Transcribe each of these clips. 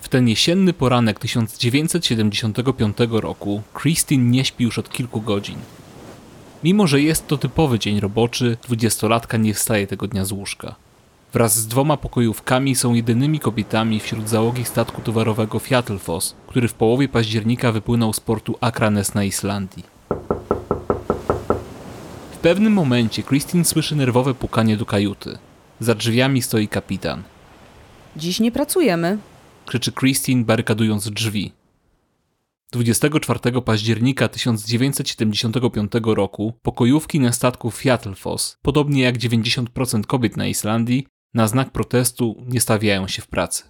ten jesienny poranek 1975 roku Christine nie śpi już od kilku godzin. Mimo że jest to typowy dzień roboczy, 20-latka nie wstaje tego dnia z łóżka. Wraz z 2 pokojówkami są jedynymi kobietami wśród załogi statku towarowego Fjatlfoss, który w połowie października wypłynął z portu Akranes na Islandii. W pewnym momencie Christine słyszy nerwowe pukanie do kajuty. Za drzwiami stoi kapitan. Dziś nie pracujemy, krzyczy Christine, barykadując drzwi. 24 października 1975 roku pokojówki na statku Fjatlfoss, podobnie jak 90% kobiet na Islandii, na znak protestu nie stawiają się w pracy.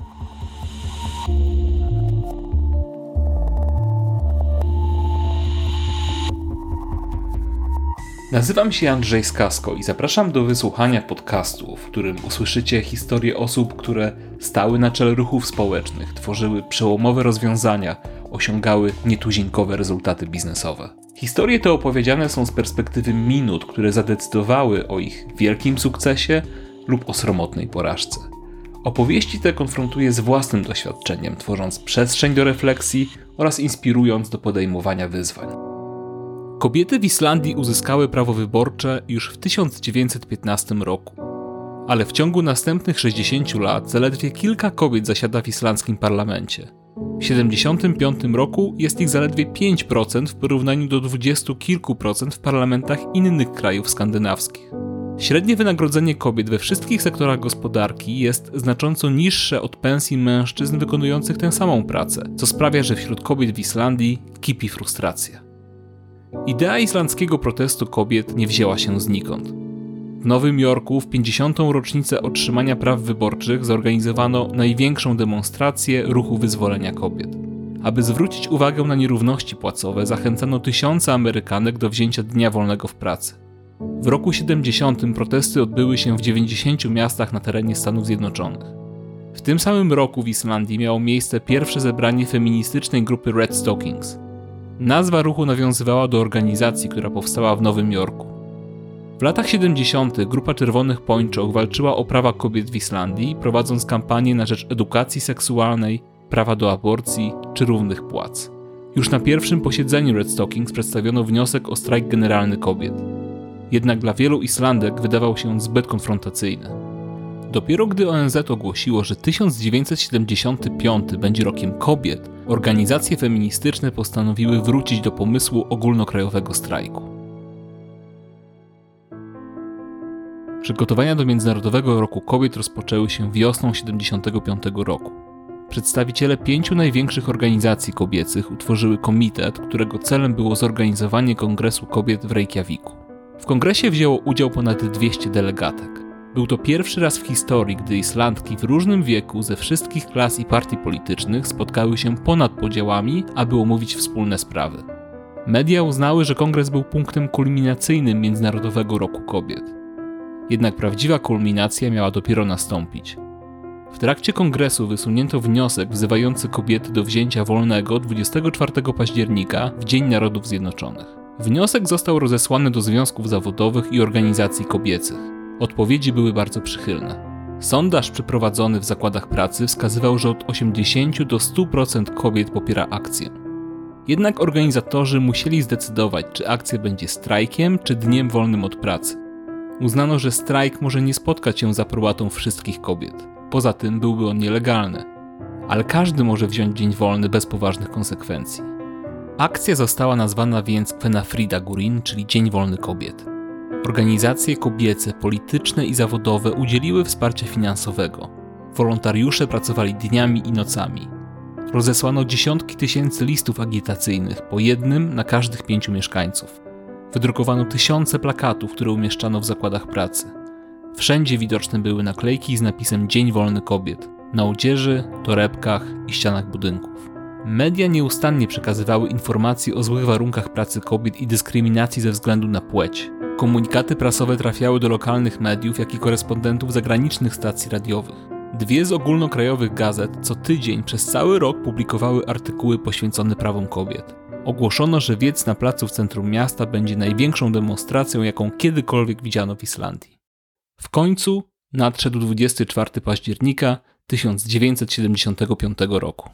Nazywam się Andrzej Skasko i zapraszam do wysłuchania podcastu, w którym usłyszycie historie osób, które stały na czele ruchów społecznych, tworzyły przełomowe rozwiązania, osiągały nietuzinkowe rezultaty biznesowe. Historie te opowiedziane są z perspektywy minut, które zadecydowały o ich wielkim sukcesie lub o sromotnej porażce. Opowieści te konfrontuję z własnym doświadczeniem, tworząc przestrzeń do refleksji oraz inspirując do podejmowania wyzwań. Kobiety w Islandii uzyskały prawo wyborcze już w 1915 roku, ale w ciągu następnych 60 lat zaledwie kilka kobiet zasiada w islandzkim parlamencie. W 1975 roku jest ich zaledwie 5% w porównaniu do 20 kilku procent w parlamentach innych krajów skandynawskich. Średnie wynagrodzenie kobiet we wszystkich sektorach gospodarki jest znacząco niższe od pensji mężczyzn wykonujących tę samą pracę, co sprawia, że wśród kobiet w Islandii kipi frustracja. Idea islandzkiego protestu kobiet nie wzięła się znikąd. W Nowym Jorku w 50. rocznicę otrzymania praw wyborczych zorganizowano największą demonstrację ruchu wyzwolenia kobiet. Aby zwrócić uwagę na nierówności płacowe, zachęcano tysiące Amerykanek do wzięcia dnia wolnego w pracy. W roku 70. protesty odbyły się w 90 miastach na terenie Stanów Zjednoczonych. W tym samym roku w Islandii miało miejsce pierwsze zebranie feministycznej grupy Red Stockings. Nazwa ruchu nawiązywała do organizacji, która powstała w Nowym Jorku. W latach 70. grupa Czerwonych Pończoch walczyła o prawa kobiet w Islandii, prowadząc kampanię na rzecz edukacji seksualnej, prawa do aborcji czy równych płac. Już na pierwszym posiedzeniu Red Stockings przedstawiono wniosek o strajk generalny kobiet. Jednak dla wielu Islandek wydawał się on zbyt konfrontacyjny. Dopiero gdy ONZ ogłosiło, że 1975 będzie rokiem kobiet, organizacje feministyczne postanowiły wrócić do pomysłu ogólnokrajowego strajku. Przygotowania do Międzynarodowego Roku Kobiet rozpoczęły się wiosną 1975 roku. Przedstawiciele 5 największych organizacji kobiecych utworzyły komitet, którego celem było zorganizowanie Kongresu Kobiet w Reykjaviku. W kongresie wzięło udział ponad 200 delegatek. Był to pierwszy raz w historii, gdy Islandki w różnym wieku ze wszystkich klas i partii politycznych spotkały się ponad podziałami, aby omówić wspólne sprawy. Media uznały, że kongres był punktem kulminacyjnym Międzynarodowego Roku Kobiet. Jednak prawdziwa kulminacja miała dopiero nastąpić. W trakcie kongresu wysunięto wniosek wzywający kobiety do wzięcia wolnego 24 października w Dzień Narodów Zjednoczonych. Wniosek został rozesłany do związków zawodowych i organizacji kobiecych. Odpowiedzi były bardzo przychylne. Sondaż przeprowadzony w zakładach pracy wskazywał, że od 80 do 100% kobiet popiera akcję. Jednak organizatorzy musieli zdecydować, czy akcja będzie strajkiem, czy dniem wolnym od pracy. Uznano, że strajk może nie spotkać się z aprobatą wszystkich kobiet. Poza tym byłby on nielegalny. Ale każdy może wziąć dzień wolny bez poważnych konsekwencji. Akcja została nazwana więc Kvennafridagurin, czyli Dzień Wolny Kobiet. Organizacje kobiece, polityczne i zawodowe udzieliły wsparcia finansowego. Wolontariusze pracowali dniami i nocami. Rozesłano dziesiątki tysięcy listów agitacyjnych, po jednym na każdych 5 mieszkańców. Wydrukowano tysiące plakatów, które umieszczano w zakładach pracy. Wszędzie widoczne były naklejki z napisem Dzień Wolny Kobiet, na odzieży, torebkach i ścianach budynków. Media nieustannie przekazywały informacje o złych warunkach pracy kobiet i dyskryminacji ze względu na płeć. Komunikaty prasowe trafiały do lokalnych mediów, jak i korespondentów zagranicznych stacji radiowych. 2 z ogólnokrajowych gazet co tydzień przez cały rok publikowały artykuły poświęcone prawom kobiet. Ogłoszono, że wiec na placu w centrum miasta będzie największą demonstracją, jaką kiedykolwiek widziano w Islandii. W końcu nadszedł 24 października 1975 roku.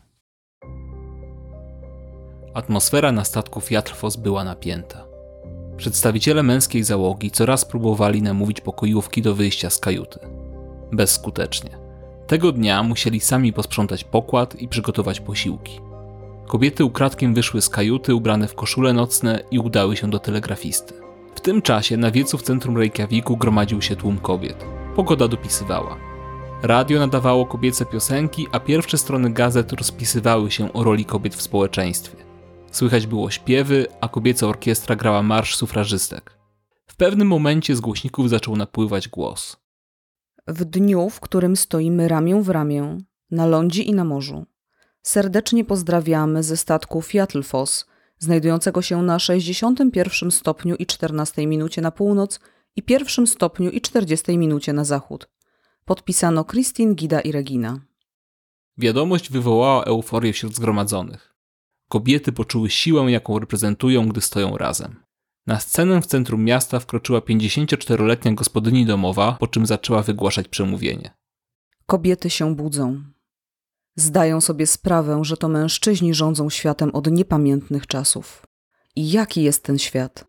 Atmosfera na statku Fjatrfos była napięta. Przedstawiciele męskiej załogi coraz próbowali namówić pokojówki do wyjścia z kajuty. Bezskutecznie. Tego dnia musieli sami posprzątać pokład i przygotować posiłki. Kobiety ukradkiem wyszły z kajuty ubrane w koszule nocne i udały się do telegrafisty. W tym czasie na wiecu w centrum Reykjaviku gromadził się tłum kobiet. Pogoda dopisywała. Radio nadawało kobiece piosenki, a pierwsze strony gazet rozpisywały się o roli kobiet w społeczeństwie. Słychać było śpiewy, a kobieca orkiestra grała marsz sufrażystek. W pewnym momencie z głośników zaczął napływać głos. W dniu, w którym stoimy ramię w ramię, na lądzie i na morzu, serdecznie pozdrawiamy ze statku Fjatlfoss, znajdującego się na 61 stopniu i 14 minucie na północ i 1 stopniu i 40 minucie na zachód. Podpisano Kristin, Gida i Regina. Wiadomość wywołała euforię wśród zgromadzonych. Kobiety poczuły siłę, jaką reprezentują, gdy stoją razem. Na scenę w centrum miasta wkroczyła 54-letnia gospodyni domowa, po czym zaczęła wygłaszać przemówienie. Kobiety się budzą. Zdają sobie sprawę, że to mężczyźni rządzą światem od niepamiętnych czasów. I jaki jest ten świat?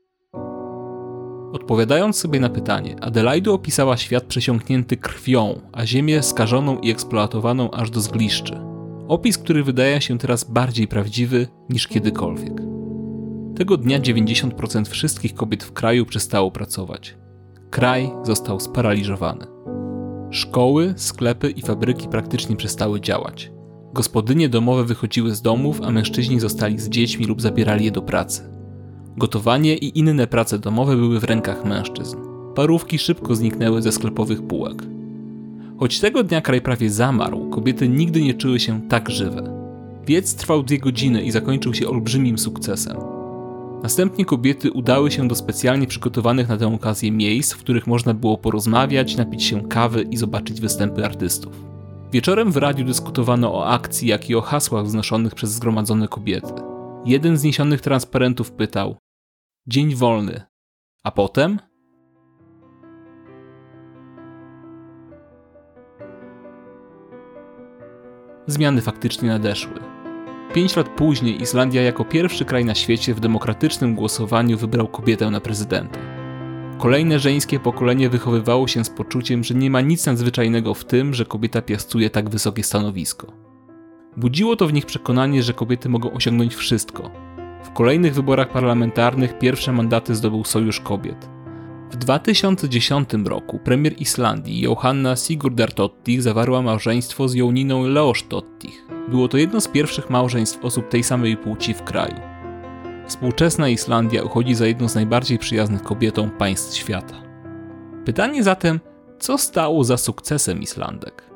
Odpowiadając sobie na pytanie, Adelaidu opisała świat przesiąknięty krwią, a ziemię skażoną i eksploatowaną aż do zgliszczy. Opis, który wydaje się teraz bardziej prawdziwy niż kiedykolwiek. Tego dnia 90% wszystkich kobiet w kraju przestało pracować. Kraj został sparaliżowany. Szkoły, sklepy i fabryki praktycznie przestały działać. Gospodynie domowe wychodziły z domów, a mężczyźni zostali z dziećmi lub zabierali je do pracy. Gotowanie i inne prace domowe były w rękach mężczyzn. Parówki szybko zniknęły ze sklepowych półek. Choć tego dnia kraj prawie zamarł, kobiety nigdy nie czuły się tak żywe. Wiec trwał 2 godziny i zakończył się olbrzymim sukcesem. Następnie kobiety udały się do specjalnie przygotowanych na tę okazję miejsc, w których można było porozmawiać, napić się kawy i zobaczyć występy artystów. Wieczorem w radiu dyskutowano o akcji, jak i o hasłach wznoszonych przez zgromadzone kobiety. Jeden z niesionych transparentów pytał: dzień wolny. A potem? Zmiany faktycznie nadeszły. 5 lat później Islandia jako pierwszy kraj na świecie w demokratycznym głosowaniu wybrał kobietę na prezydenta. Kolejne żeńskie pokolenie wychowywało się z poczuciem, że nie ma nic nadzwyczajnego w tym, że kobieta piastuje tak wysokie stanowisko. Budziło to w nich przekonanie, że kobiety mogą osiągnąć wszystko. W kolejnych wyborach parlamentarnych pierwsze mandaty zdobył Sojusz Kobiet. W 2010 roku premier Islandii Jóhanna Sigurðardóttir zawarła małżeństwo z Jóniną Leósdóttir. Było to jedno z pierwszych małżeństw osób tej samej płci w kraju. Współczesna Islandia uchodzi za jedną z najbardziej przyjaznych kobietom państw świata. Pytanie zatem, co stało za sukcesem Islandek?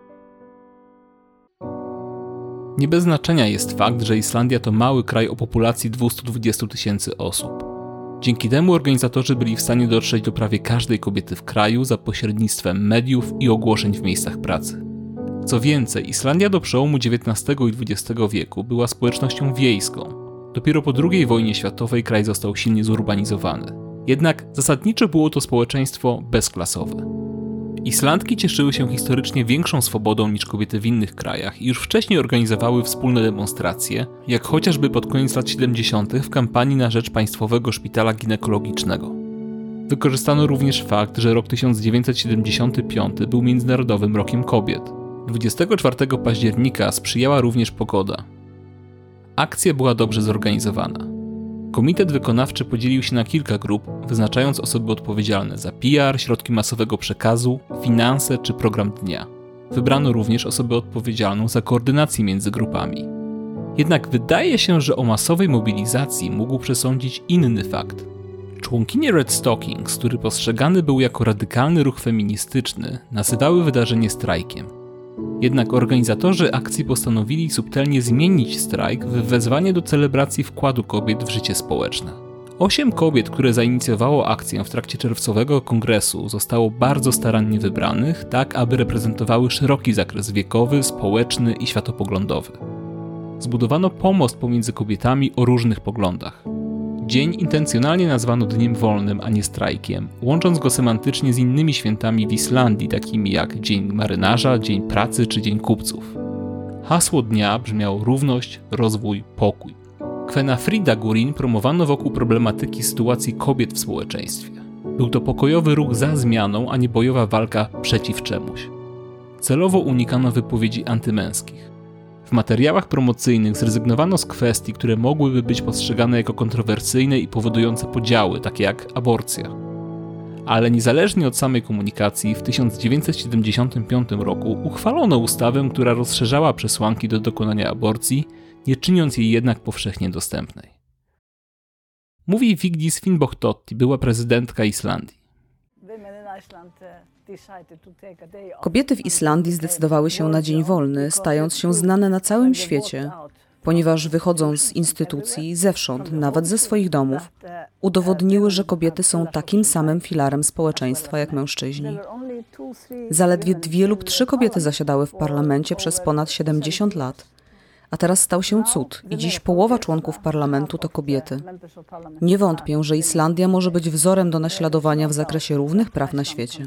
Nie bez znaczenia jest fakt, że Islandia to mały kraj o populacji 220 000 osób. Dzięki temu organizatorzy byli w stanie dotrzeć do prawie każdej kobiety w kraju za pośrednictwem mediów i ogłoszeń w miejscach pracy. Co więcej, Islandia do przełomu XIX i XX wieku była społecznością wiejską. Dopiero po II wojnie światowej kraj został silnie zurbanizowany. Jednak zasadniczo było to społeczeństwo bezklasowe. Islandki cieszyły się historycznie większą swobodą niż kobiety w innych krajach i już wcześniej organizowały wspólne demonstracje, jak chociażby pod koniec lat 70. w kampanii na rzecz Państwowego Szpitala Ginekologicznego. Wykorzystano również fakt, że rok 1975 był Międzynarodowym Rokiem Kobiet. 24 października sprzyjała również pogoda. Akcja była dobrze zorganizowana. Komitet wykonawczy podzielił się na kilka grup, wyznaczając osoby odpowiedzialne za PR, środki masowego przekazu, finanse czy program dnia. Wybrano również osobę odpowiedzialną za koordynację między grupami. Jednak wydaje się, że o masowej mobilizacji mógł przesądzić inny fakt. Członkinie Red Stockings, który postrzegany był jako radykalny ruch feministyczny, nazywały wydarzenie strajkiem. Jednak organizatorzy akcji postanowili subtelnie zmienić strajk w wezwanie do celebracji wkładu kobiet w życie społeczne. 8 kobiet, które zainicjowało akcję w trakcie czerwcowego kongresu, zostało bardzo starannie wybranych, tak aby reprezentowały szeroki zakres wiekowy, społeczny i światopoglądowy. Zbudowano pomost pomiędzy kobietami o różnych poglądach. dzień intencjonalnie nazwano dniem wolnym, a nie strajkiem, łącząc go semantycznie z innymi świętami w Islandii, takimi jak Dzień Marynarza, Dzień Pracy czy Dzień Kupców. Hasło dnia brzmiało równość, rozwój, pokój. Kvennathridagurin promowano wokół problematyki sytuacji kobiet w społeczeństwie. Był to pokojowy ruch za zmianą, a nie bojowa walka przeciw czemuś. Celowo unikano wypowiedzi antymęskich. W materiałach promocyjnych zrezygnowano z kwestii, które mogłyby być postrzegane jako kontrowersyjne i powodujące podziały, takie jak aborcja. Ale niezależnie od samej komunikacji, w 1975 roku uchwalono ustawę, która rozszerzała przesłanki do dokonania aborcji, nie czyniąc jej jednak powszechnie dostępnej. Mówi Vigdis Finnbogadóttir, była prezydentka Islandii. Kobiety w Islandii zdecydowały się na dzień wolny, stając się znane na całym świecie, ponieważ wychodząc z instytucji, zewsząd, nawet ze swoich domów, udowodniły, że kobiety są takim samym filarem społeczeństwa jak mężczyźni. Zaledwie 2 lub 3 kobiety zasiadały w parlamencie przez ponad 70 lat. A teraz stał się cud i dziś połowa członków parlamentu to kobiety. Nie wątpię, że Islandia może być wzorem do naśladowania w zakresie równych praw na świecie.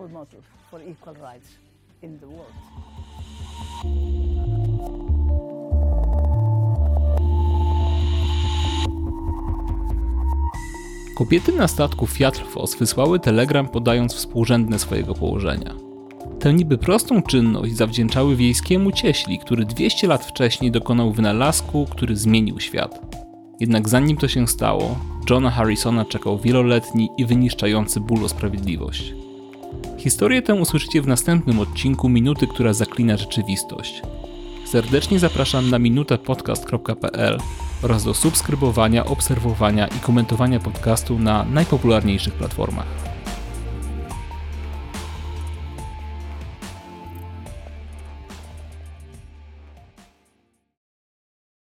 Kobiety na statku Fjatlfoss wysłały telegram, podając współrzędne swojego położenia. Tę niby prostą czynność zawdzięczały wiejskiemu cieśli, który 200 lat wcześniej dokonał wynalazku, który zmienił świat. Jednak zanim to się stało, Johna Harrisona czekał wieloletni i wyniszczający ból o sprawiedliwość. Historię tę usłyszycie w następnym odcinku Minuty, która zaklina rzeczywistość. Serdecznie zapraszam na minutapodcast.pl oraz do subskrybowania, obserwowania i komentowania podcastu na najpopularniejszych platformach.